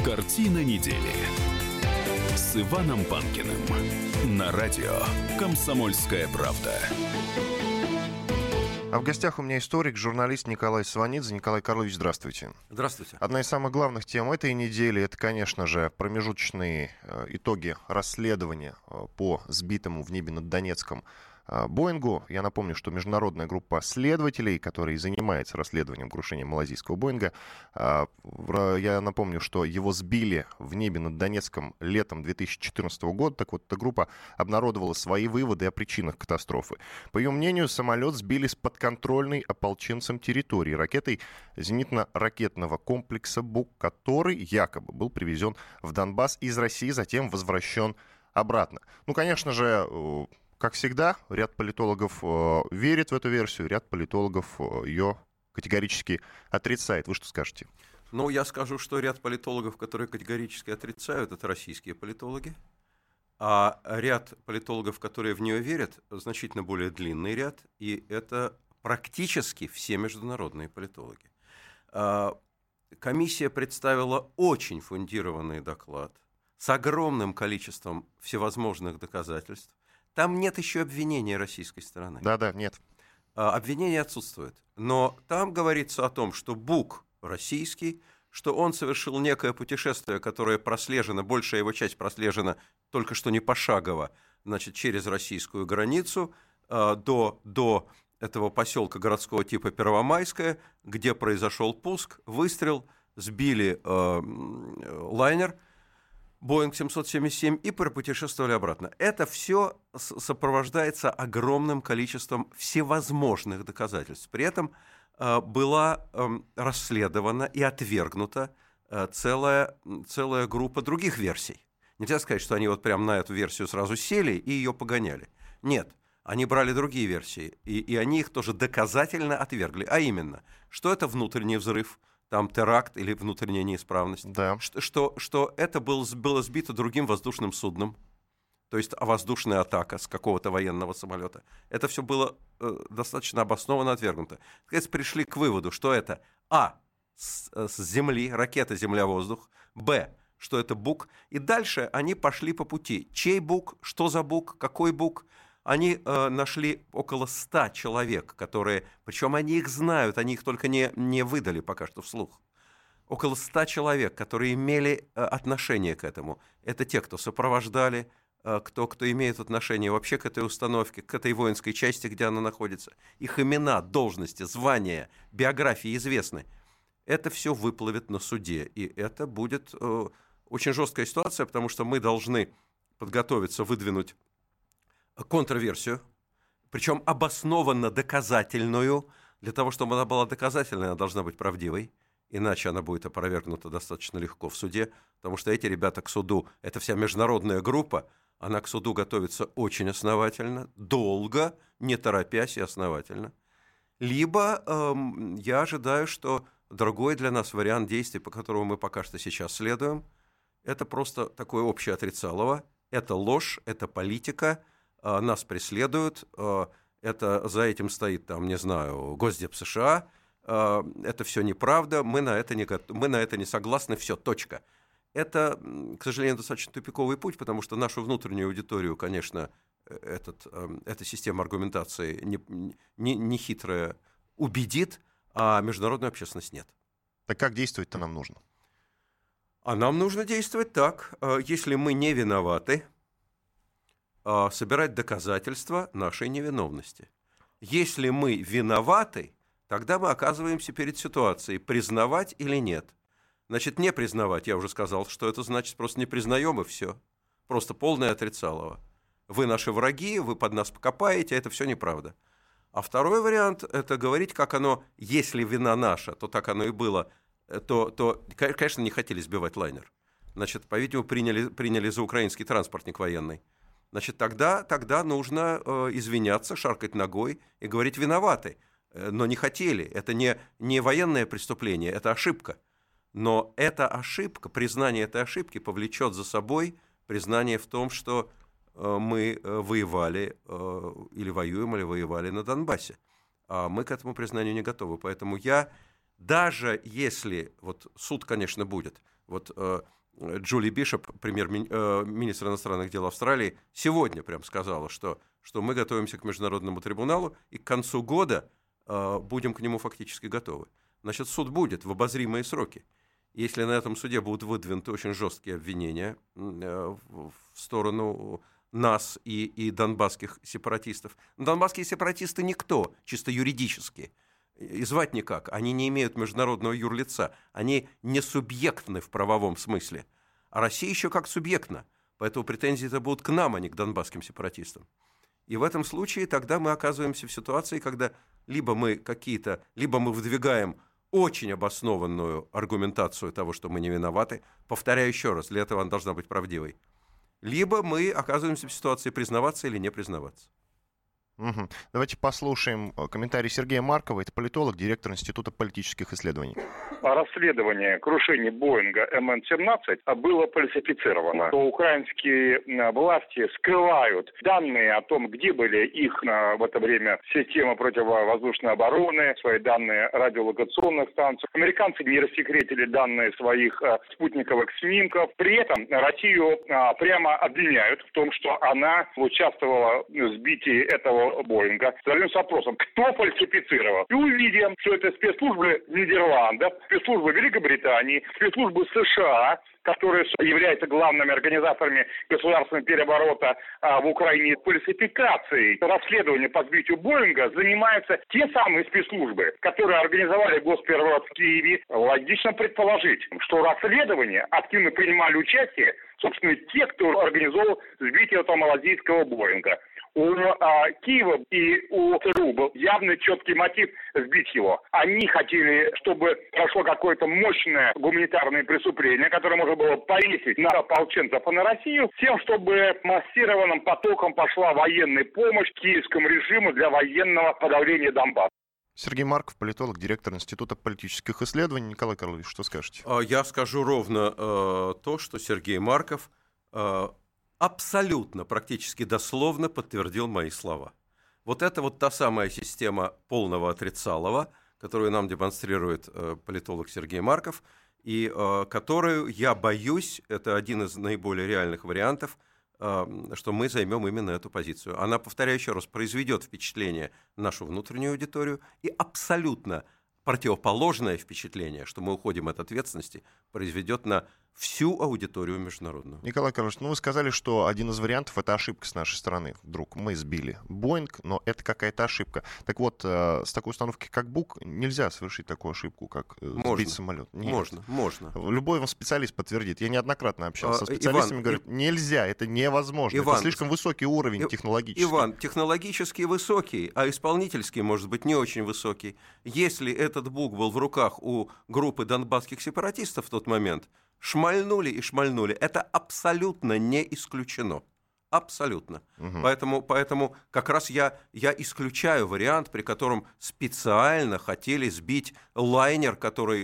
Картина недели с Иваном Панкиным на радио «Комсомольская правда». А в гостях у меня историк, журналист Николай Сванидзе. Николай Карлович, здравствуйте. Здравствуйте. Одна из самых главных тем этой недели — это, конечно же, промежуточные итоги расследования по сбитому в небе над Донецком Боингу. Я напомню, что международная группа следователей, которая занимается расследованием крушения малайзийского Боинга, я напомню, что его сбили в небе над Донецком летом 2014 года. Так вот, эта группа обнародовала свои выводы о причинах катастрофы. По ее мнению, самолет сбили с подконтрольной ополченцам территории ракетой зенитно-ракетного комплекса «Бук», который якобы был привезен в Донбасс из России, затем возвращен обратно. Ну, конечно же, как всегда, ряд политологов верит в эту версию, ряд политологов ее категорически отрицает. Вы что скажете? Ну, я скажу, что ряд политологов, которые категорически отрицают, это российские политологи, а ряд политологов, которые в нее верят, значительно более длинный ряд, и это практически все международные политологи. Комиссия представила очень фундированный доклад с огромным количеством всевозможных доказательств. Там нет еще обвинения российской стороны. Да, нет. Обвинение отсутствует. Но там говорится о том, что Бук российский, что он совершил некое путешествие, которое прослежено, большая его часть прослежена только что не пошагово, значит, через российскую границу до этого поселка городского типа Первомайское, где произошел пуск, выстрел, сбили лайнер Боинг 777 и пропутешествовали обратно. Это все сопровождается огромным количеством всевозможных доказательств. При этом была расследована и отвергнута целая группа других версий. Нельзя сказать, что они вот прямо на эту версию сразу сели и ее погоняли. Нет, они брали другие версии, и они их тоже доказательно отвергли. А именно, что это внутренний взрыв, там теракт или внутренняя неисправность, да. что это было сбито другим воздушным судном, то есть воздушная атака с какого-то военного самолета. Это все было достаточно обоснованно отвергнуто. Наконец пришли к выводу, что это с земли, ракета земля-воздух, что это Бук, и дальше они пошли по пути. Чей Бук, что за Бук, какой Бук? Они нашли около 100 человек, которые, причем они их знают, они их только не выдали пока что вслух. Около 100 человек, которые имели отношение к этому. Это те, кто сопровождали, кто имеет отношение вообще к этой установке, к этой воинской части, где она находится. Их имена, должности, звания, биографии известны. Это все выплывет на суде, и это будет очень жесткая ситуация, потому что мы должны подготовиться, выдвинуть контрверсию, причем обоснованно доказательную. Для того, чтобы она была доказательной, она должна быть правдивой, иначе она будет опровергнута достаточно легко в суде, потому что эти ребята к суду, это вся международная группа, она к суду готовится очень основательно, долго, не торопясь и основательно. Либо я ожидаю, что другой для нас вариант действий, по которому мы пока что сейчас следуем, это просто такое общее отрицалово, это ложь, это политика, нас преследуют, за этим стоит, Госдеп США, это все неправда, мы на это не согласны, все, точка. Это, к сожалению, достаточно тупиковый путь, потому что нашу внутреннюю аудиторию, конечно, эта система аргументации не хитрая убедит, а международную общественность нет. Так как действовать-то нам нужно? А нам нужно действовать так, если мы не виноваты, собирать доказательства нашей невиновности. Если мы виноваты, тогда мы оказываемся перед ситуацией, признавать или нет. Значит, не признавать, я уже сказал, что это значит, просто не признаем и все. Просто полное отрицалово. Вы наши враги, вы под нас покопаете, это все неправда. А второй вариант – это говорить, как оно, если вина наша, то так оно и было, то конечно, не хотели сбивать лайнер. Значит, по-видимому, приняли за украинский транспортник военный. Значит, тогда нужно извиняться, шаркать ногой и говорить «виноваты». Но не хотели. Это не военное преступление, это ошибка. Но эта ошибка, признание этой ошибки повлечет за собой признание в том, что мы воевали или воюем, или воевали на Донбассе. А мы к этому признанию не готовы. Поэтому я даже если, вот суд, конечно, будет, вот Джули Бишоп, премьер-министр иностранных дел Австралии, сегодня прям сказала, что мы готовимся к Международному трибуналу, и к концу года будем к нему фактически готовы. Значит, суд будет в обозримые сроки. Если на этом суде будут выдвинуты очень жесткие обвинения в сторону нас и донбасских сепаратистов. Донбасские сепаратисты никто, чисто юридически. И звать никак. Они не имеют международного юрлица. Они не субъектны в правовом смысле. А Россия еще как субъектна. Поэтому претензии-то будут к нам, а не к донбасским сепаратистам. И в этом случае тогда мы оказываемся в ситуации, когда либо мы выдвигаем очень обоснованную аргументацию того, что мы не виноваты. Повторяю еще раз, для этого она должна быть правдивой. Либо мы оказываемся в ситуации признаваться или не признаваться. Угу. Давайте послушаем комментарий Сергея Маркова. Это политолог, директор Института политических исследований. Расследование крушения Боинга МН-17 было фальсифицировано. Украинские власти скрывают данные о том, где были их в это время системы противовоздушной обороны, свои данные радиолокационных станций. Американцы не рассекретили данные своих спутниковых снимков. При этом Россию прямо обвиняют в том, что она участвовала в сбитии этого Боинга. Задаемся вопросом, кто фальсифицировал? И увидим, что это спецслужбы Нидерландов, спецслужбы Великобритании, спецслужбы США, которые являются главными организаторами государственного переворота в Украине. Фальсификацией расследования по сбитию Боинга занимаются те самые спецслужбы, которые организовали госпереворот в Киеве. Логично предположить, что расследование активно принимали участие, собственно, те, кто организовал сбитие этого малазийского Боинга. У Киева и у ЦРУ был явный четкий мотив сбить его. Они хотели, чтобы прошло какое-то мощное гуманитарное преступление, которое можно было повесить на ополченцев и на Россию, с тем, чтобы массированным потоком пошла военная помощь киевскому режиму для военного подавления Донбасса. Сергей Марков, политолог, директор Института политических исследований. Николай Карлович, что скажете? Я скажу ровно то, что Сергей Марков абсолютно, практически дословно подтвердил мои слова. Вот это вот та самая система полного отрицалого, которую нам демонстрирует политолог Сергей Марков, и которую, я боюсь, это один из наиболее реальных вариантов, что мы займем именно эту позицию. Она, повторяю еще раз, произведет впечатление на нашу внутреннюю аудиторию и абсолютно противоположное впечатление, что мы уходим от ответственности, произведет на всю аудиторию международную. Николай Карлович, вы сказали, что один из вариантов — это ошибка с нашей стороны. Вдруг мы сбили Боинг, но это какая-то ошибка. Так вот, с такой установки, как БУК, нельзя совершить такую ошибку, как сбить самолет. Нет. Можно. Любой вам специалист подтвердит. Я неоднократно общался со специалистами, говорят, нельзя, это невозможно. Это слишком высокий уровень технологический. Иван, технологически высокий, а исполнительский, может быть, не очень высокий. Если этот БУК был в руках у группы донбасских сепаратистов в тот момент, шмальнули. Это абсолютно не исключено. Абсолютно. Угу. Поэтому как раз я исключаю вариант, при котором специально хотели сбить лайнер, который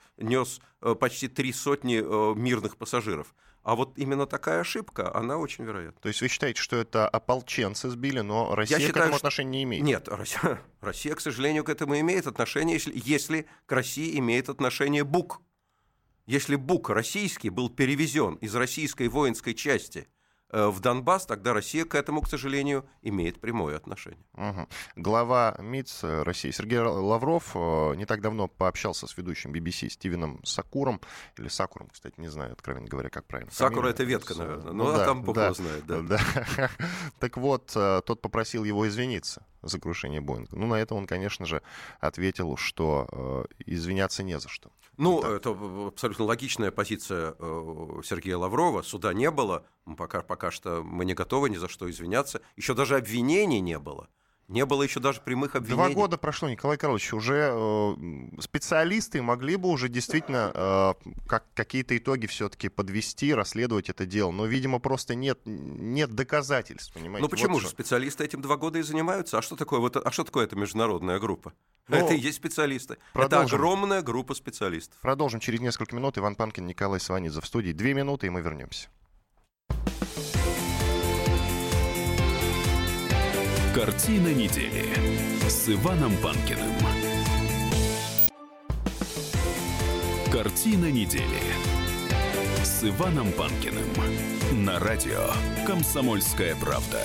нес почти 300 мирных пассажиров. А вот именно такая ошибка, она очень вероятна. То есть вы считаете, что это ополченцы сбили, но Россия к этому отношения не имеет? Нет, Россия, к сожалению, к этому имеет отношение, если к России имеет отношение БУК. Если БУК российский был перевезен из российской воинской части в Донбасс, тогда Россия к этому, к сожалению, имеет прямое отношение. Угу. Глава МИД России Сергей Лавров не так давно пообщался с ведущим BBC Стивеном Сакуром, или Сакуром, кстати, не знаю, откровенно говоря, как правильно. Сакура — это ветка, наверное, но там Бог его знает. Да. Так вот, тот попросил его извиниться за крушение Боинга. На это он, конечно же, ответил, что извиняться не за что. Это абсолютно логичная позиция Сергея Лаврова. Суда не было, пока что мы не готовы ни за что извиняться. Еще даже обвинений не было. Не было еще даже прямых обвинений. 2 года прошло, Николай Карлович, уже специалисты могли бы уже действительно какие-то итоги все-таки подвести, расследовать это дело. Но, видимо, просто нет доказательств, понимаете? Почему же специалисты этим 2 года и занимаются? А что такое эта международная группа? Это и есть специалисты. Это огромная группа специалистов. Продолжим через несколько минут. Иван Панкин, Николай Сванидзе в студии. 2 минуты, и мы вернемся. Картина недели с Иваном Панкиным. Картина недели с Иваном Панкиным на радио «Комсомольская правда».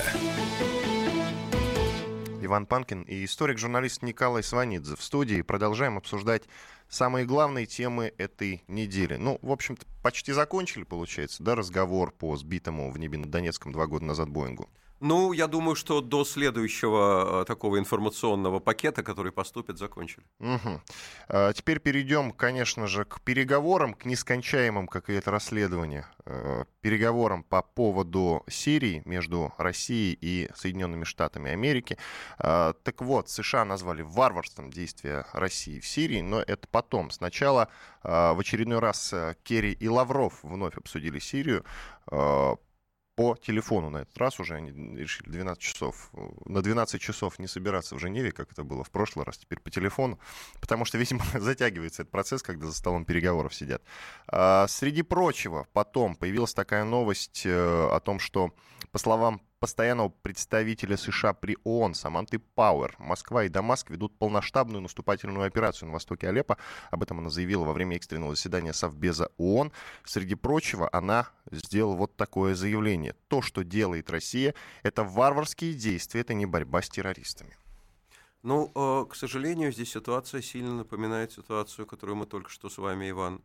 Иван Панкин и историк-журналист Николай Сванидзе в студии. Продолжаем обсуждать самые главные темы этой недели. Ну, в общем-то, почти закончили, получается, да, разговор по сбитому в небе над Донецком 2 года назад Боингу. Ну, я думаю, что до следующего такого информационного пакета, который поступит, закончили. Угу. Теперь перейдем, конечно же, к переговорам, к нескончаемым, как и это расследование, переговорам по поводу Сирии между Россией и Соединенными Штатами Америки. Так вот, США назвали варварством действия России в Сирии, но это потом. Сначала в очередной раз Керри и Лавров вновь обсудили Сирию. По телефону на этот раз уже они решили 12 часов. На 12 часов не собираться в Женеве, как это было в прошлый раз, теперь по телефону. Потому что, видимо, затягивается этот процесс, когда за столом переговоров сидят. Среди прочего, потом появилась такая новость о том, что, по словам постоянного представителя США при ООН Саманты Пауэр, Москва и Дамаск ведут полномасштабную наступательную операцию на востоке Алеппо. Об этом она заявила во время экстренного заседания Совбеза ООН. Среди прочего, она сделала вот такое заявление. То, что делает Россия, это варварские действия, это не борьба с террористами. Ну, к сожалению, здесь ситуация сильно напоминает ситуацию, которую мы только что с вами, Иван,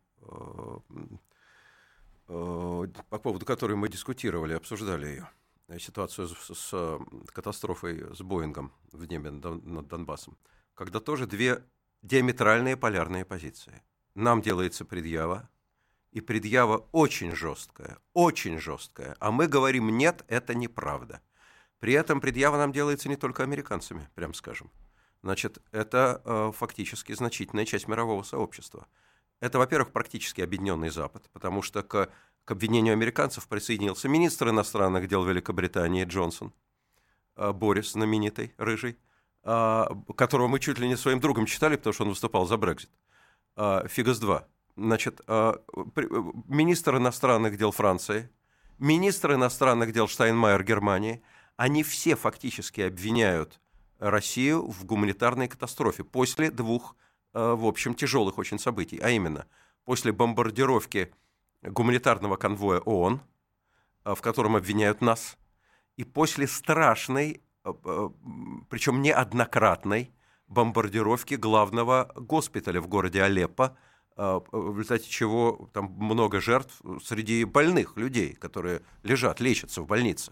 по поводу которой мы дискутировали, обсуждали ее. Ситуацию с катастрофой с Боингом в небе над Донбассом, когда тоже две диаметральные полярные позиции. Нам делается предъява, и предъява очень жесткая, а мы говорим, нет, это неправда. При этом предъява нам делается не только американцами, прям скажем. Значит, это фактически значительная часть мирового сообщества. Это, во-первых, практически объединенный Запад, потому что к обвинению американцев присоединился министр иностранных дел Великобритании Джонсон, Борис, знаменитый, рыжий, которого мы чуть ли не своим другом читали, потому что он выступал за Брексит. Фигас-2. Значит, министр иностранных дел Франции, министр иностранных дел Штайнмайер Германии, они все фактически обвиняют Россию в гуманитарной катастрофе после двух, в общем, тяжелых очень событий, а именно после бомбардировки гуманитарного конвоя ООН, в котором обвиняют нас, и после страшной, причем неоднократной, бомбардировки главного госпиталя в городе Алеппо, в результате чего там много жертв среди больных людей, которые лежат, лечатся в больнице.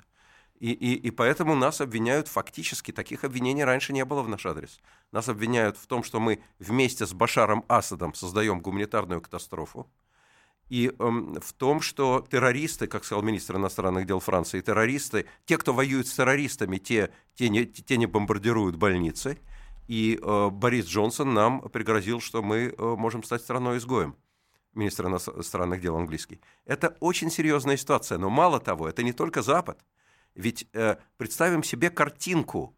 И поэтому нас обвиняют фактически, таких обвинений раньше не было в наш адрес. Нас обвиняют в том, что мы вместе с Башаром Асадом создаем гуманитарную катастрофу, и в том, что террористы, как сказал министр иностранных дел Франции, террористы, те, кто воюет с террористами, те не бомбардируют больницы. И Борис Джонсон нам пригрозил, что мы можем стать страной-изгоем. Министр иностранных дел английский. Это очень серьезная ситуация. Но мало того, это не только Запад. Ведь представим себе картинку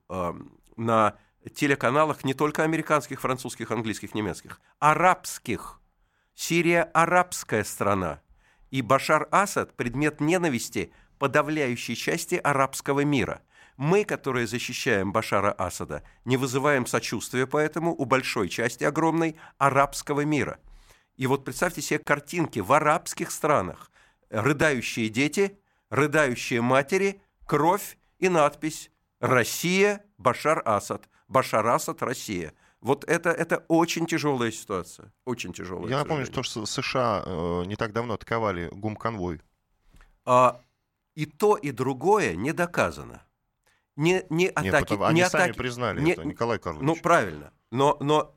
на телеканалах не только американских, французских, английских, немецких, арабских. Сирия – арабская страна, и Башар Асад – предмет ненависти подавляющей части арабского мира. Мы, которые защищаем Башара Асада, не вызываем сочувствия поэтому у большой части огромной арабского мира. И вот представьте себе картинки в арабских странах. Рыдающие дети, рыдающие матери, кровь и надпись «Россия, Башар Асад». Башар Асад, Россия. Вот это очень тяжелая ситуация. Очень тяжелая. Я напомню, что США не так давно атаковали гумконвой. И то, и другое не доказано. Они сами признали это, Николай Карлович. Ну, правильно. Но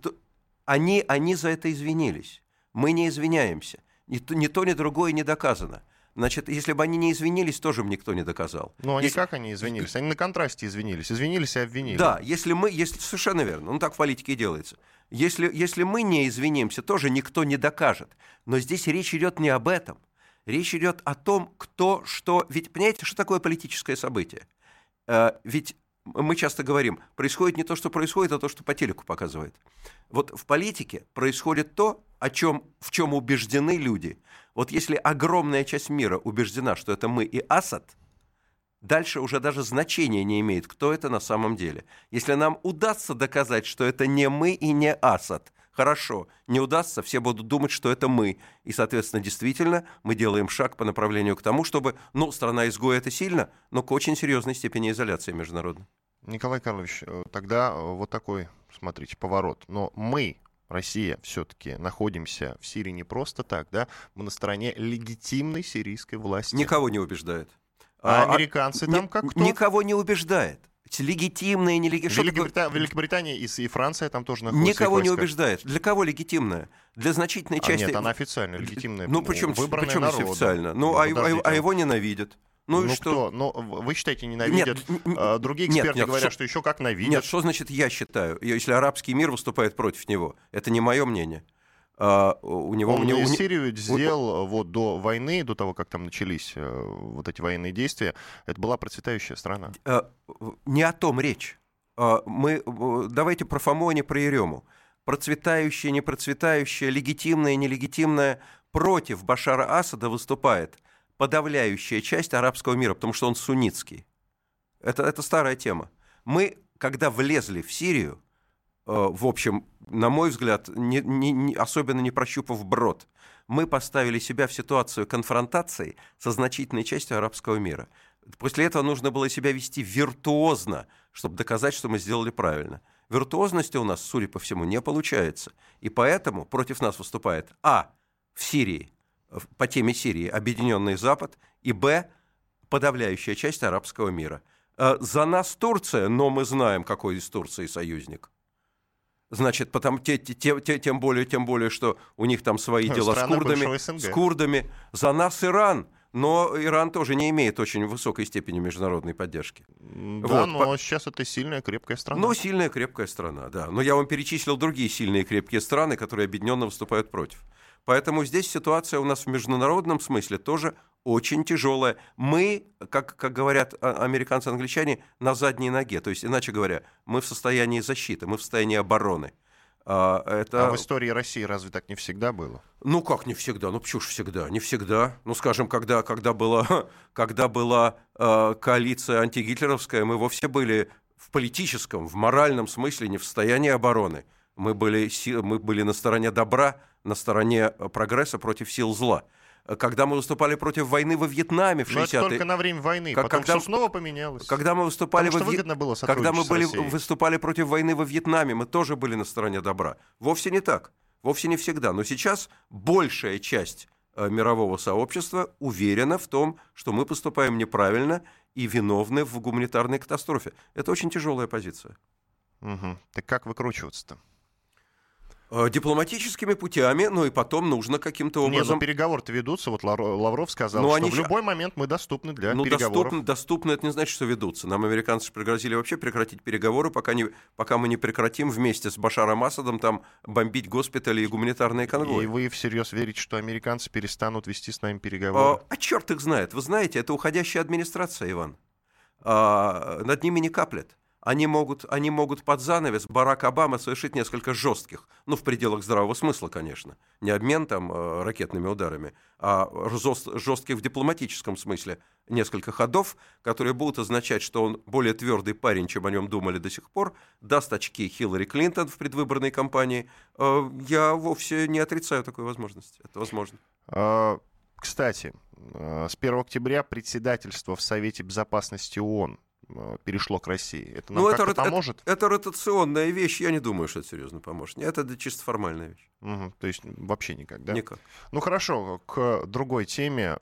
они за это извинились. Мы не извиняемся. Ни то, ни другое не доказано. Значит, если бы они не извинились, тоже бы никто не доказал. Ну, как они извинились? Они на контрасте извинились. Извинились и обвинили. Да, если совершенно верно. Ну, так в политике и делается. Если мы не извинимся, тоже никто не докажет. Но здесь речь идет не об этом. Речь идет о том, кто, что... Ведь, понимаете, что такое политическое событие? Ведь мы часто говорим, происходит не то, что происходит, а то, что по телеку показывает. Вот в политике происходит то, в чем убеждены люди. Вот если огромная часть мира убеждена, что это мы и Асад, дальше уже даже значения не имеет, кто это на самом деле. Если нам удастся доказать, что это не мы и не Асад, Хорошо, не удастся, все будут думать, что это мы. И, соответственно, действительно, мы делаем шаг по направлению к тому, чтобы, страна-изгой это сильно, но к очень серьезной степени изоляции международной. Николай Карлович, тогда вот такой, смотрите, поворот. Но мы, Россия, все-таки находимся в Сирии не просто так, да? Мы на стороне легитимной сирийской власти. Никого не убеждает. А американцы там как кто? Никого не убеждает. Легитимное, нелегитимное. Великобритания и Франция там тоже находятся. Никого не убеждает. Для кого легитимная? Для значительной части... Нет, она официально легитимная. Причем выбранная народом. официально? А его ненавидят. И что? Кто? Вы считаете, ненавидят? Другие эксперты говорят, что еще как ненавидят. Нет, что значит «я считаю»? Если арабский мир выступает против него, это не мое мнение. Сирию сделал вот до войны, до того, как там начались вот эти военные действия, это была процветающая страна. Не о том речь. Давайте про Фому, а не про Ерему. Процветающая, не процветающая, легитимная, нелегитимная, против Башара Асада выступает подавляющая часть арабского мира, потому что он суннитский. Это старая тема. Мы, когда влезли в Сирию, в общем, на мой взгляд, особенно не прощупав брод, мы поставили себя в ситуацию конфронтации со значительной частью арабского мира. После этого нужно было себя вести виртуозно, чтобы доказать, что мы сделали правильно. Виртуозности у нас, судя по всему, не получается. И поэтому против нас выступает в Сирии, по теме Сирии, Объединенный Запад, и подавляющая часть арабского мира. За нас Турция, но мы знаем, какой из Турции союзник. Значит, тем более, что у них там свои дела с курдами. За нас Иран, но Иран тоже не имеет очень высокой степени международной поддержки. Да, но сейчас это сильная, крепкая страна. Сильная, крепкая страна, да. Но я вам перечислил другие сильные, крепкие страны, которые объединенно выступают против. Поэтому здесь ситуация у нас в международном смысле тоже очень тяжелая. Мы, как говорят американцы и англичане, на задней ноге. То есть, иначе говоря, мы в состоянии защиты, мы в состоянии обороны. А в истории России разве так не всегда было? Как не всегда? Почему же всегда? Не всегда. Скажем, когда была коалиция антигитлеровская, мы вовсе были в политическом, в моральном смысле не в состоянии обороны. Мы были на стороне добра, на стороне прогресса против сил зла. Когда мы выступали против войны во Вьетнаме в 60-е... Но это только на время войны, потом все снова поменялось. Когда мы выступали выступали против войны во Вьетнаме, мы тоже были на стороне добра. Вовсе не так, вовсе не всегда. Но сейчас большая часть мирового сообщества уверена в том, что мы поступаем неправильно и виновны в гуманитарной катастрофе. Это очень тяжелая позиция. Угу. Так как выкручиваться-то? Дипломатическими путями, и потом нужно каким-то образом... переговоры-то ведутся. Вот Лавров сказал, что в любой момент мы доступны для переговоров. Доступны, это не значит, что ведутся. Нам американцы пригрозили вообще прекратить переговоры, пока мы не прекратим вместе с Башаром Асадом там бомбить госпитали и гуманитарные конвои. И вы всерьез верите, что американцы перестанут вести с нами переговоры? Черт их знает. Вы знаете, это уходящая администрация, Иван. Над ними не каплет. Они могут под занавес Барак Обама совершить несколько жестких, в пределах здравого смысла, конечно, не обмен там ракетными ударами, а жестких в дипломатическом смысле несколько ходов, которые будут означать, что он более твердый парень, чем о нем думали до сих пор, даст очки Хиллари Клинтон в предвыборной кампании. Я вовсе не отрицаю такой возможности. Это возможно. Кстати, с 1 октября председательство в Совете Безопасности ООН перешло к России. Это нам как-то поможет? Это ротационная вещь. Я не думаю, что это серьезно поможет. Это чисто формальная вещь. Угу, то есть вообще никак, да? Никак. Хорошо, к другой теме.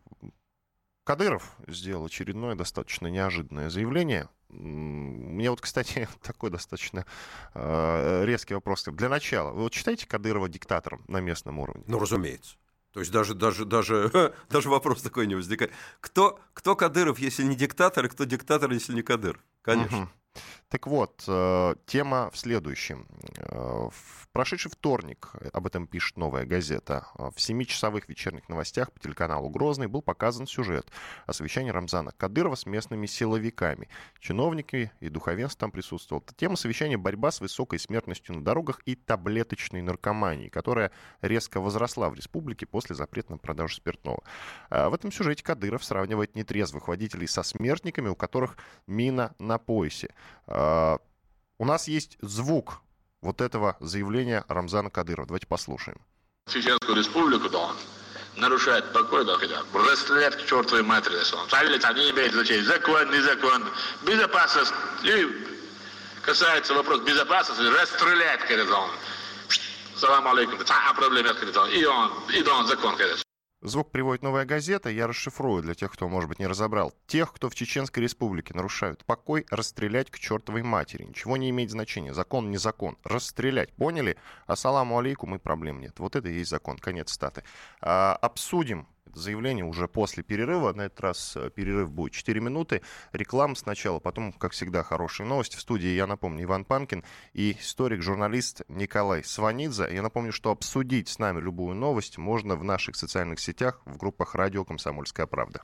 Кадыров сделал очередное достаточно неожиданное заявление. Мне кстати, такой достаточно резкий вопрос. Для начала, вы считаете Кадырова диктатором на местном уровне? Разумеется. То есть даже вопрос такой не возникает. Кто Кадыров, если не диктатор, и кто диктатор, если не Кадыров? Конечно. Угу. Так вот, тема в следующем. В прошедший вторник, об этом пишет «Новая газета», в 7-часовых вечерних новостях по телеканалу «Грозный» был показан сюжет о совещании Рамзана Кадырова с местными силовиками. Чиновники и духовенство там присутствовало. Тема совещания — борьба с высокой смертностью на дорогах и таблеточной наркоманией, которая резко возросла в республике после запрета на продажу спиртного. В этом сюжете Кадыров сравнивает нетрезвых водителей со смертниками, у которых мина на поясе. У нас есть звук вот этого заявления Рамзана Кадырова. Давайте послушаем. Чеченскую республику, да, он нарушает покой, да, хотят расстрелять к чертовой матери, он не имеет значения, закон, незакон, безопасность, и касается вопрос безопасности, расстрелять, говорит он. Салам алейкум, проблем нет, говорит он, и он закон, говорит. Звук приводит «Новая газета». Я расшифрую для тех, кто, может быть, не разобрал. Тех, кто в Чеченской республике нарушают покой, расстрелять к чертовой матери. Ничего не имеет значения. Закон, не закон. Расстрелять. Поняли? Ассаламу алейкум, и проблем нет. Вот это и есть закон. Конец цитаты. Обсудим заявление уже после перерыва. На этот раз перерыв будет 4 минуты. Реклама сначала, потом, как всегда, хорошие новости. В студии, я напомню, Иван Панкин и историк-журналист Николай Сванидзе. Я напомню, что обсудить с нами любую новость можно в наших социальных сетях, в группах «Радио Комсомольская правда».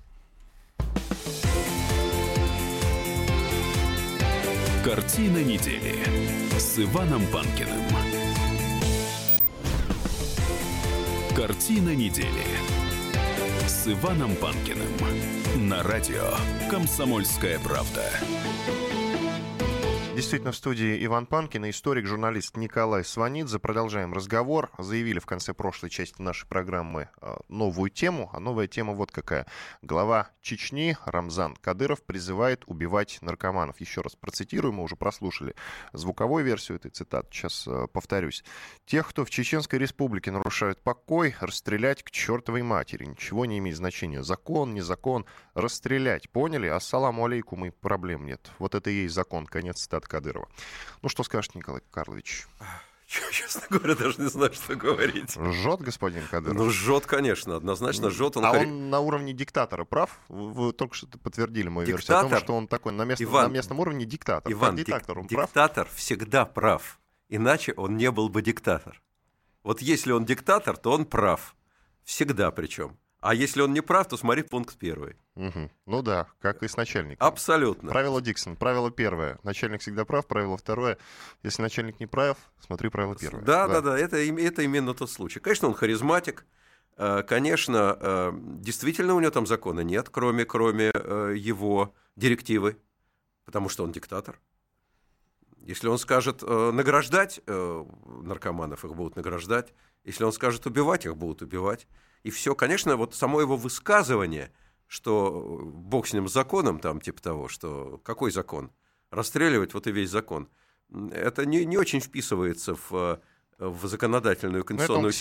Картина недели с Иваном Панкиным. Картина недели с Иваном Панкиным на радио «Комсомольская правда». Действительно, в студии Иван Панкин и историк-журналист Николай Сванидзе. Продолжаем разговор. Заявили в конце прошлой части нашей программы новую тему. А новая тема вот какая. Глава Чечни Рамзан Кадыров призывает убивать наркоманов. Еще раз процитирую, мы уже прослушали звуковую версию этой цитаты. Сейчас повторюсь. Тех, кто в Чеченской республике нарушают покой, расстрелять к чертовой матери. Ничего не имеет значения. Закон, не закон. Расстрелять. Поняли? Ассаламу алейкум, и проблем нет. Вот это и есть закон. Конец цитаты Кадырова. Ну, что скажешь, Николай Карлович? Честно говоря, даже не знаю, что говорить. Жжет господин Кадыров? Ну, жжет, конечно, однозначно жжет. Он на уровне диктатора прав? Вы только что подтвердили мою версию о том, что он такой на местном уровне диктатор. Иван, диктатор всегда прав. Иначе он не был бы диктатор. Вот если он диктатор, то он прав. Всегда причем. А если он не прав, то смотри пункт 1. Угу. Ну да, как и с начальником. Абсолютно. Правило Диксон. Правило 1. Начальник всегда прав. Правило 2. Если начальник не прав, смотри правило 1. Да. Это именно тот случай. Конечно, он харизматик. Конечно, действительно у него там закона нет, кроме его директивы. Потому что он диктатор. Если он скажет награждать наркоманов, их будут награждать. Если он скажет убивать, их будут убивать. И все, конечно, вот само его высказывание, что бог с ним с законом, там, типа того, что какой закон? Расстреливать, вот и весь закон. Это не очень вписывается в законодательную конституционную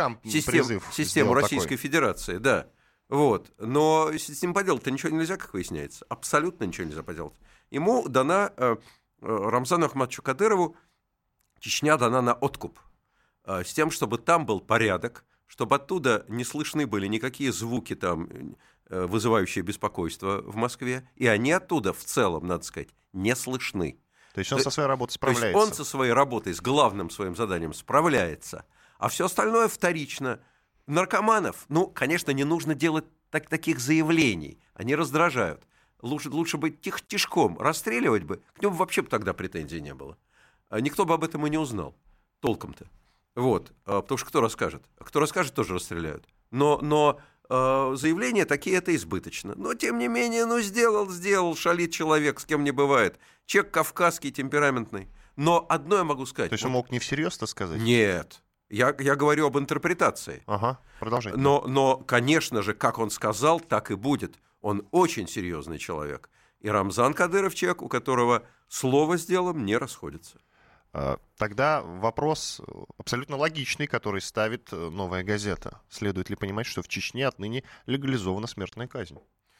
систему Российской Федерации, да. Вот. Но с ним поделать-то ничего нельзя, как выясняется. Абсолютно ничего нельзя поделать. Ему дана, Рамзану Ахматовичу Кадырову, Чечня дана на откуп. С тем, чтобы там был порядок, чтобы оттуда не слышны были никакие звуки, там, вызывающие беспокойство в Москве, и они оттуда в целом, надо сказать, не слышны. То есть он со своей работой справляется? То есть он со своей работой, с главным своим заданием справляется, а все остальное вторично. Наркоманов, конечно, не нужно делать таких заявлений, они раздражают. Лучше быть тишком, расстреливать бы, к нему вообще бы тогда претензий не было. Никто бы об этом и не узнал, толком-то. Вот, потому что кто расскажет? Кто расскажет, тоже расстреляют. Но заявления такие, это избыточно. Но, тем не менее, сделал, шалит человек, с кем не бывает. Человек кавказский, темпераментный. Но одно я могу сказать. То есть он мог не всерьез-то сказать? Нет. Я говорю об интерпретации. Ага, продолжайте. Но, конечно же, как он сказал, так и будет. Он очень серьезный человек. И Рамзан Кадыров человек, у которого слово с делом не расходится. Тогда вопрос абсолютно логичный, который ставит «Новая газета». Следует ли понимать, что в Чечне отныне легализована смертная казнь?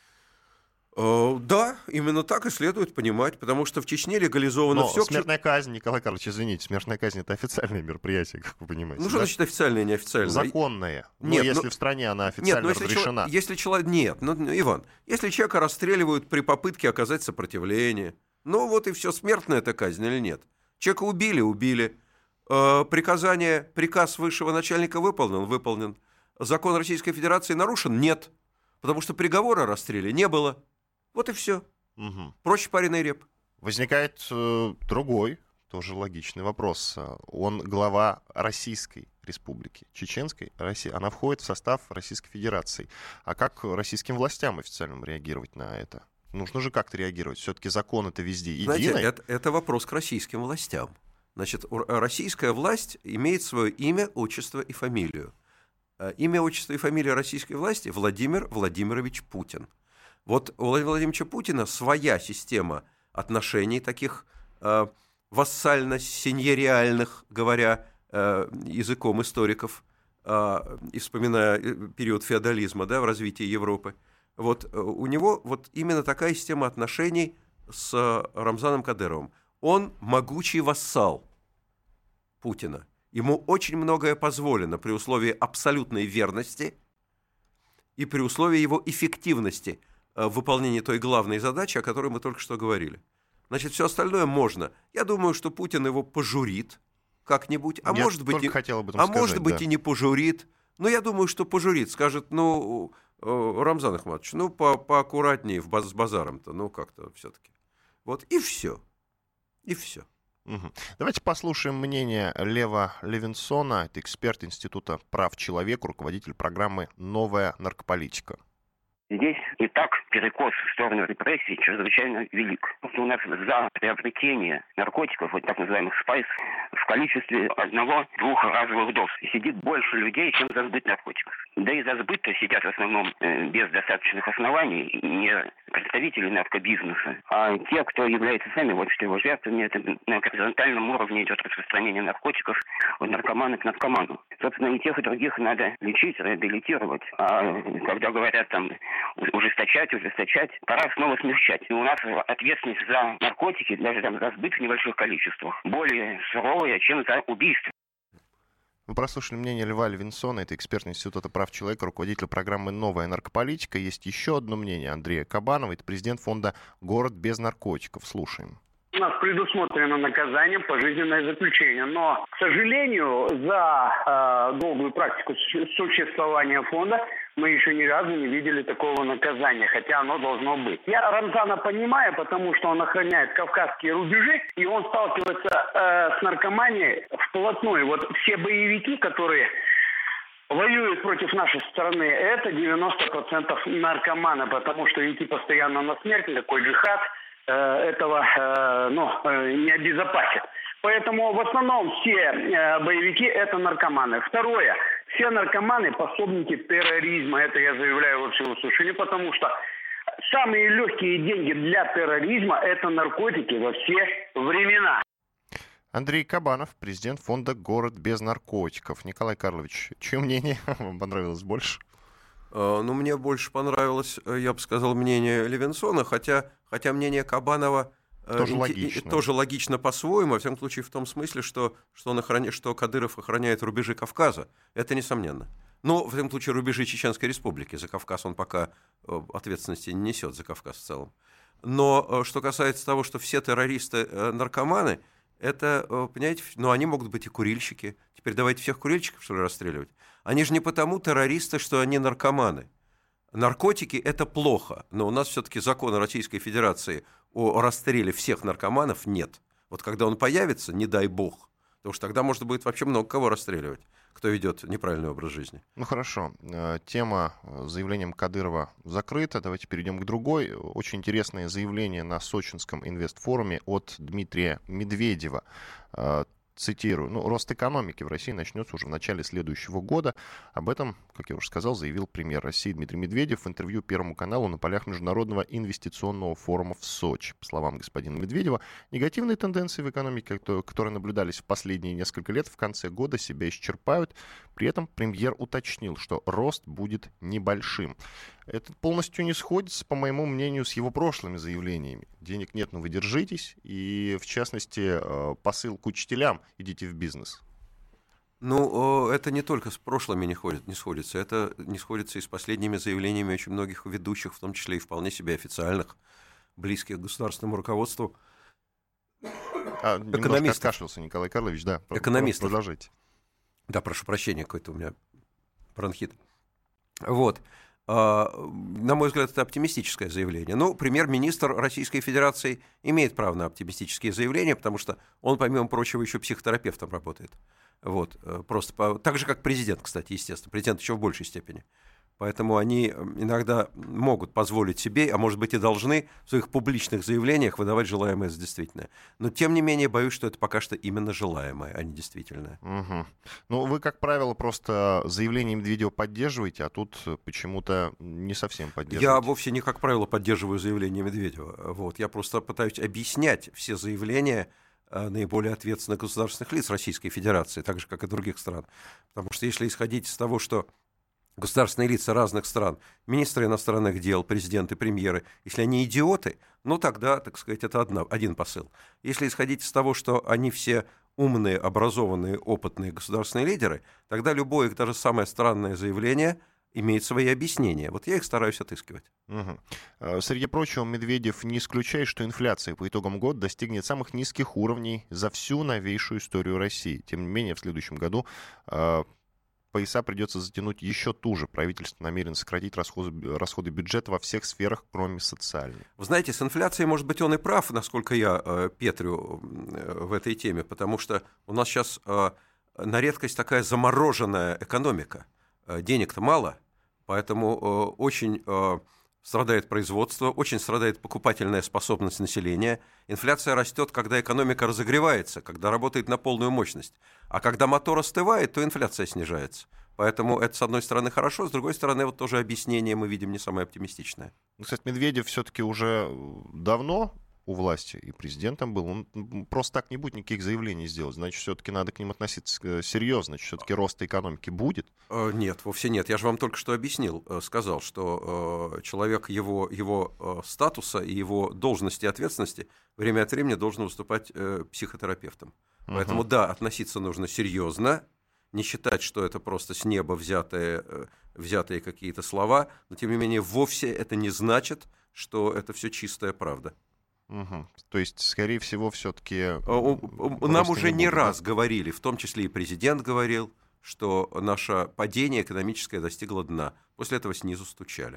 Да, именно так и следует понимать, потому что в Чечне легализовано все. Смертная казнь, Николай Карлович, извините, смертная казнь — это официальное мероприятие, как вы понимаете. Ну, что значит официальное, неофициальное? Законное. Нет, если в стране она официально разрешена. Иван, если человека расстреливают при попытке оказать сопротивление, вот и все, смертная эта казнь или нет? Человека убили. Приказ высшего начальника выполнен. Закон Российской Федерации нарушен? Нет. Потому что приговора о расстреле не было. Вот и все. Угу. Проще пареный реп. Возникает другой, тоже логичный вопрос. Он глава Российской Республики, Чеченской России. Она входит в состав Российской Федерации. А как российским властям официальным реагировать на это? Нужно же как-то реагировать. Все-таки закон это везде единый. Знаете, это вопрос к российским властям. Значит, российская власть имеет свое имя, отчество и фамилию. Имя, отчество и фамилия российской власти – Владимир Владимирович Путин. Вот у Владимира Владимировича Путина своя система отношений, таких вассально-сеньориальных, говоря языком историков, и вспоминая период феодализма, да, в развитии Европы. Вот у него вот именно такая система отношений с Рамзаном Кадыровым. Он могучий вассал Путина. Ему очень многое позволено при условии абсолютной верности и при условии его эффективности в выполнении той главной задачи, о которой мы только что говорили. Значит, все остальное можно. Я думаю, что Путин его пожурит как-нибудь, а Я может быть, может быть и не пожурит. Но я думаю, что пожурит. Скажет, Рамзан Ахматович, поаккуратнее с базаром-то, как-то все-таки. Вот и все. И все. Угу. Давайте послушаем мнение Лева Левинсона, это эксперт Института прав человека, руководитель программы «Новая наркополитика». Здесь и так перекос в сторону репрессий чрезвычайно велик. У нас за приобретение наркотиков, вот так называемых спайс, в количестве 1-2 разовых доз сидит больше людей, чем за сбыт наркотиков. Да и за сбыт-то сидят в основном без достаточных оснований не представители наркобизнеса, а те, кто является сами вот его жертвами. Это на горизонтальном уровне идет распространение наркотиков от наркомана к наркоману. Собственно, и тех, и других надо лечить, реабилитировать. А когда говорят там ужесточать, пора снова смягчать. И у нас ответственность за наркотики, даже там за сбыт в небольших количествах, более суровая, чем за убийство. Мы прослушали мнение Льва Левинсона, это эксперт Института прав человека, руководитель программы «Новая наркополитика». Есть еще одно мнение Андрея Кабанова, это президент фонда «Город без наркотиков». Слушаем. У нас предусмотрено наказание пожизненное заключение, но, к сожалению, за долгую практику существования фонда мы еще ни разу не видели такого наказания, хотя оно должно быть. Я Рамзана понимаю, потому что он охраняет кавказские рубежи, и он сталкивается с наркоманией вплотную. Вот все боевики, которые воюют против нашей страны, это 90% наркоманы, потому что идти постоянно на смерть, такой джихад, этого не обезопасит. Поэтому в основном все боевики это наркоманы. Второе, все наркоманы пособники терроризма. Это я заявляю во всеуслышание, потому что самые легкие деньги для терроризма это наркотики во все времена. Андрей Кабанов, президент фонда «Город без наркотиков». Николай Карлович, чье мнение вам понравилось больше? Мне больше понравилось, я бы сказал, мнение Левинсона, хотя мнение Кабанова тоже логично по-своему, во всяком случае в том смысле, что Кадыров охраняет рубежи Кавказа. Это несомненно. Но, в этом случае, рубежи Чеченской Республики. За Кавказ он пока ответственности не несет, за Кавказ в целом. Но что касается того, что все террористы наркоманы, это, понимаете, они могут быть и курильщики. Теперь давайте всех курильщиков, что ли, расстреливать? Они же не потому террористы, что они наркоманы. Наркотики – это плохо, но у нас все-таки закона Российской Федерации о расстреле всех наркоманов нет. Вот когда он появится, не дай бог, потому что тогда можно будет вообще много кого расстреливать, кто ведет неправильный образ жизни. Ну хорошо, тема с заявлением Кадырова закрыта, давайте перейдем к другой. Очень интересное заявление на Сочинском инвестфоруме от Дмитрия Медведева. Цитирую, рост экономики в России начнется уже в начале следующего года. Об этом, как я уже сказал, заявил премьер России Дмитрий Медведев в интервью Первому каналу на полях Международного инвестиционного форума в Сочи. По словам господина Медведева, негативные тенденции в экономике, которые наблюдались в последние несколько лет, в конце года себя исчерпают. При этом премьер уточнил, что рост будет небольшим. Это полностью не сходится, по моему мнению, с его прошлыми заявлениями. Денег нет, но вы держитесь. И, в частности, посыл к учителям – идите в бизнес. Это не только с прошлыми не сходится. Это не сходится и с последними заявлениями очень многих ведущих, в том числе и вполне себе официальных, близких к государственному руководству экономистов. Немножко откашлялся Николай Карлович, да. Экономистов. Продолжайте. Да, прошу прощения, какой-то у меня бронхит. Вот. На мой взгляд, это оптимистическое заявление. Премьер-министр Российской Федерации имеет право на оптимистические заявления, потому что он, помимо прочего, еще психотерапевтом работает. Вот. Так же, как президент, кстати, естественно. Президент еще в большей степени. Поэтому они иногда могут позволить себе, а может быть и должны, в своих публичных заявлениях выдавать желаемое за действительное. Но, тем не менее, боюсь, что это пока что именно желаемое, а не действительное. Угу. Ну, вы, как правило, просто заявление Медведева поддерживаете, а тут почему-то не совсем поддерживаете. Я вовсе не, как правило, поддерживаю заявление Медведева. Вот. Я просто пытаюсь объяснять все заявления наиболее ответственных государственных лиц Российской Федерации, так же, как и других стран. Потому что если исходить из того, что государственные лица разных стран, министры иностранных дел, президенты, премьеры, если они идиоты, ну тогда, так сказать, это один посыл. Если исходить из того, что они все умные, образованные, опытные государственные лидеры, тогда любое их даже самое странное заявление имеет свои объяснения. Вот я их стараюсь отыскивать. Угу. Среди прочего, Медведев не исключает, что инфляция по итогам года достигнет самых низких уровней за всю новейшую историю России. Тем не менее, в следующем году пояса придется затянуть еще туже. Правительство намерено сократить расходы бюджета во всех сферах, кроме социальной. Вы знаете, с инфляцией, может быть, он и прав, насколько я петрю в этой теме, потому что у нас сейчас на редкость такая замороженная экономика. Денег-то мало, поэтому очень страдает производство, очень страдает покупательная способность населения. Инфляция растет, когда экономика разогревается, когда работает на полную мощность. А когда мотор остывает, то инфляция снижается. Поэтому это, с одной стороны, хорошо, с другой стороны, вот тоже объяснение мы видим не самое оптимистичное. Кстати, Медведев все-таки уже давно у власти и президентом был. Он просто так не будет никаких заявлений сделать. Значит, все-таки надо к ним относиться серьезно. Значит, все-таки роста экономики будет? Нет, вовсе нет. Я же вам только что объяснил, сказал, что человек его статуса и его должности и ответственности время от времени должен выступать психотерапевтом. Поэтому, да, относиться нужно серьезно, не считать, что это просто с неба взятые какие-то слова, но, тем не менее, вовсе это не значит, что это все чистая правда. Угу. То есть, скорее всего, все-таки... Нам уже не раз говорили, в том числе и президент говорил, что наше падение экономическое достигло дна. После этого снизу стучали.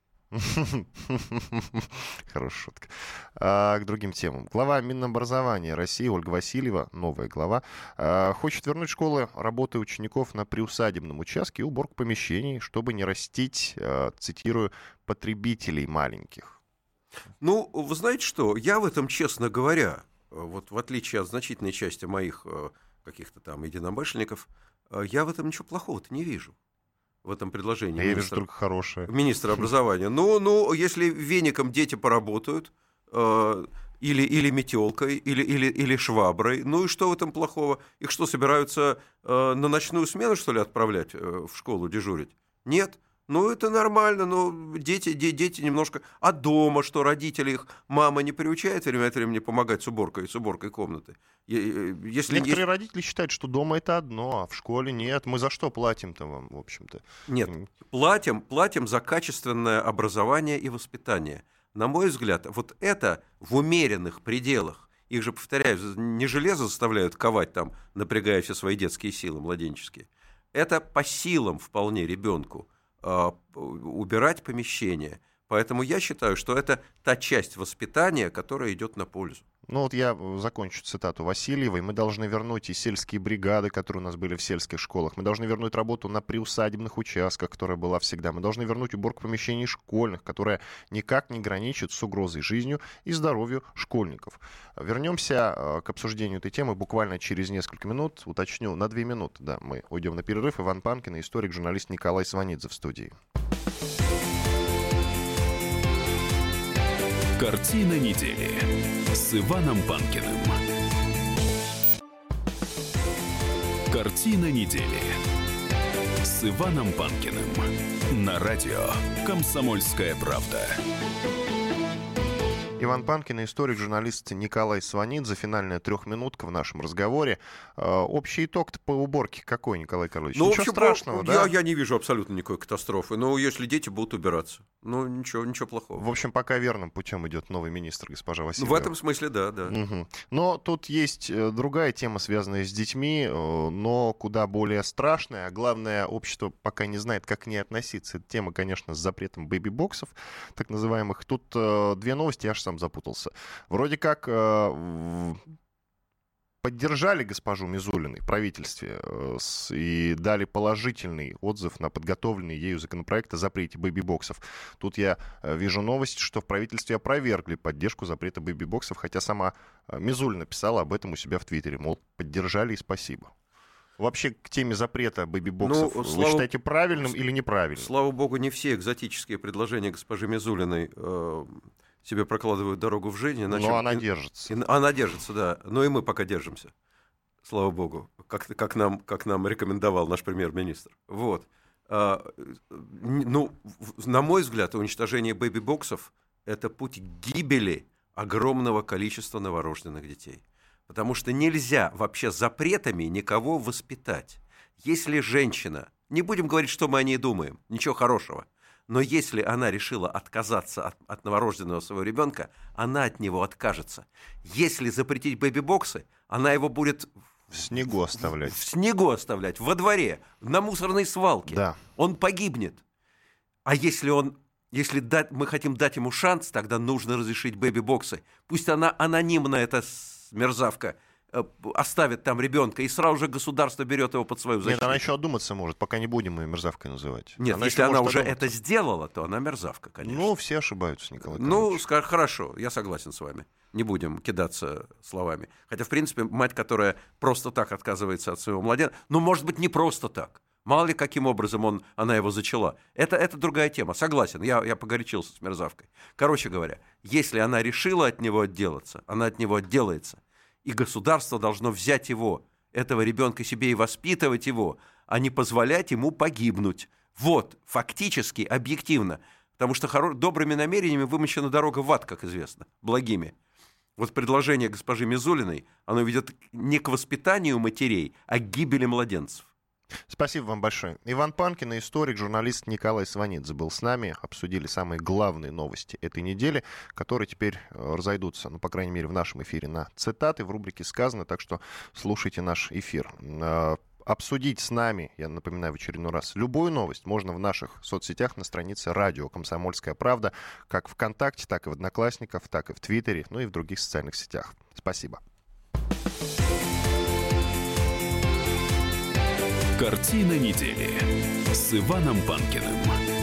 Хорошая шутка. К другим темам. Глава Минобразования России Ольга Васильева, новая глава, хочет вернуть школы работы учеников на приусадебном участке и уборку помещений, чтобы не растить, цитирую, потребителей маленьких. Ну, вы знаете что, я в этом, честно говоря, вот в отличие от значительной части моих каких-то там единомышленников, я в этом ничего плохого-то не вижу, в этом предложении. Я вижу только хорошее. Министра образования. Ну, если веником дети поработают, или метелкой, или шваброй, ну и что в этом плохого? Их что, собираются на ночную смену, что ли, отправлять в школу дежурить? Нет. Ну, это нормально, но дети немножко... А дома что, родители их, мама не приучает время от времени помогать с уборкой комнаты? Некоторые родители считают, что дома это одно, а в школе нет. Мы за что платим-то вам, в общем-то? Нет, платим за качественное образование и воспитание. На мой взгляд, вот это в умеренных пределах. Их же, повторяю, не железо заставляют ковать там, напрягая все свои детские силы младенческие. Это по силам вполне ребенку убирать помещение. Поэтому я считаю, что это та часть воспитания, которая идет на пользу. Ну вот я закончу цитату Васильевой. Мы должны вернуть и сельские бригады, которые у нас были в сельских школах. Мы должны вернуть работу на приусадебных участках, которая была всегда. Мы должны вернуть уборку помещений школьных, которая никак не граничит с угрозой жизнью и здоровью школьников. Вернемся к обсуждению этой темы буквально через несколько минут. Уточню, на 2 минуты. Да, мы уйдем на перерыв. Иван Панкин и историк-журналист Николай Сванидзе в студии. Картина недели с Иваном Панкиным. Картина недели с Иваном Панкиным на радио «Комсомольская правда». Иван Панкин и историк-журналист Николай Сванидзе. Финальная 3-минутка в нашем разговоре. Общий итог-то по уборке какой, Николай Карлович? Ну, ничего страшного, да? Я не вижу абсолютно никакой катастрофы. Но если дети будут убираться, ну, ничего плохого. В общем, пока верным путем идет новый министр, госпожа Васильева. В этом смысле, да. Угу. Но тут есть другая тема, связанная с детьми, но куда более страшная. А главное, общество пока не знает, как к ней относиться. Это тема, конечно, с запретом бэби-боксов, так называемых. Тут 2 новости, я аж сам запутался. Вроде как поддержали госпожу Мизулиной в правительстве и дали положительный отзыв на подготовленный ею законопроект о запрете бэби-боксов. Тут я вижу новость, что в правительстве опровергли поддержку запрета бэби-боксов, хотя сама Мизулина писала об этом у себя в Твиттере, мол, поддержали и спасибо. Вообще, к теме запрета бэби-боксов вы считаете правильным или неправильным? Слава богу, не все экзотические предложения госпожи Мизулиной себе прокладывают дорогу в жизнь. Иначе... Но она держится. Она держится, да. Но и мы пока держимся. Слава богу. Как нам рекомендовал наш премьер-министр. Вот. Ну, на мой взгляд, уничтожение бэби-боксов – это путь к гибели огромного количества новорожденных детей. Потому что нельзя вообще запретами никого воспитать. Если женщина, не будем говорить, что мы о ней думаем, ничего хорошего, но если она решила отказаться от новорожденного своего ребенка, она от него откажется. Если запретить бэби-боксы, она его будет в снегу оставлять. В снегу оставлять, во дворе, на мусорной свалке. Да. Он погибнет. А если мы хотим дать ему шанс, тогда нужно разрешить бэби-боксы. Пусть она анонимно, эта мерзавка, оставит там ребенка, и сразу же государство берет его под свою защиту. Нет, она еще одуматься может, пока не будем ее мерзавкой называть. Нет, если она уже это сделала, то она мерзавка, конечно. Ну, все ошибаются, Николай Карлович. Ну, хорошо, я согласен с вами. Не будем кидаться словами. Хотя, в принципе, мать, которая просто так отказывается от своего младенца, ну, может быть, не просто так. Мало ли, каким образом она его зачала. Это другая тема. Согласен, я погорячился с мерзавкой. Короче говоря, если она решила от него отделаться, она от него отделается. И государство должно взять его, этого ребенка себе и воспитывать его, а не позволять ему погибнуть. Вот, фактически, объективно. Потому что добрыми намерениями вымощена дорога в ад, как известно, благими. Вот предложение госпожи Мизулиной, оно ведет не к воспитанию матерей, а к гибели младенцев. Спасибо вам большое. Иван Панкин, историк, журналист Николай Сванидзе был с нами. Обсудили самые главные новости этой недели, которые теперь разойдутся, ну, по крайней мере, в нашем эфире на цитаты в рубрике «Сказано», так что слушайте наш эфир. Обсудить с нами, я напоминаю в очередной раз, любую новость можно в наших соцсетях на странице радио «Комсомольская правда», как ВКонтакте, так и в Одноклассниках, так и в Твиттере, ну и в других социальных сетях. Спасибо. Картина недели с Иваном Панкиным.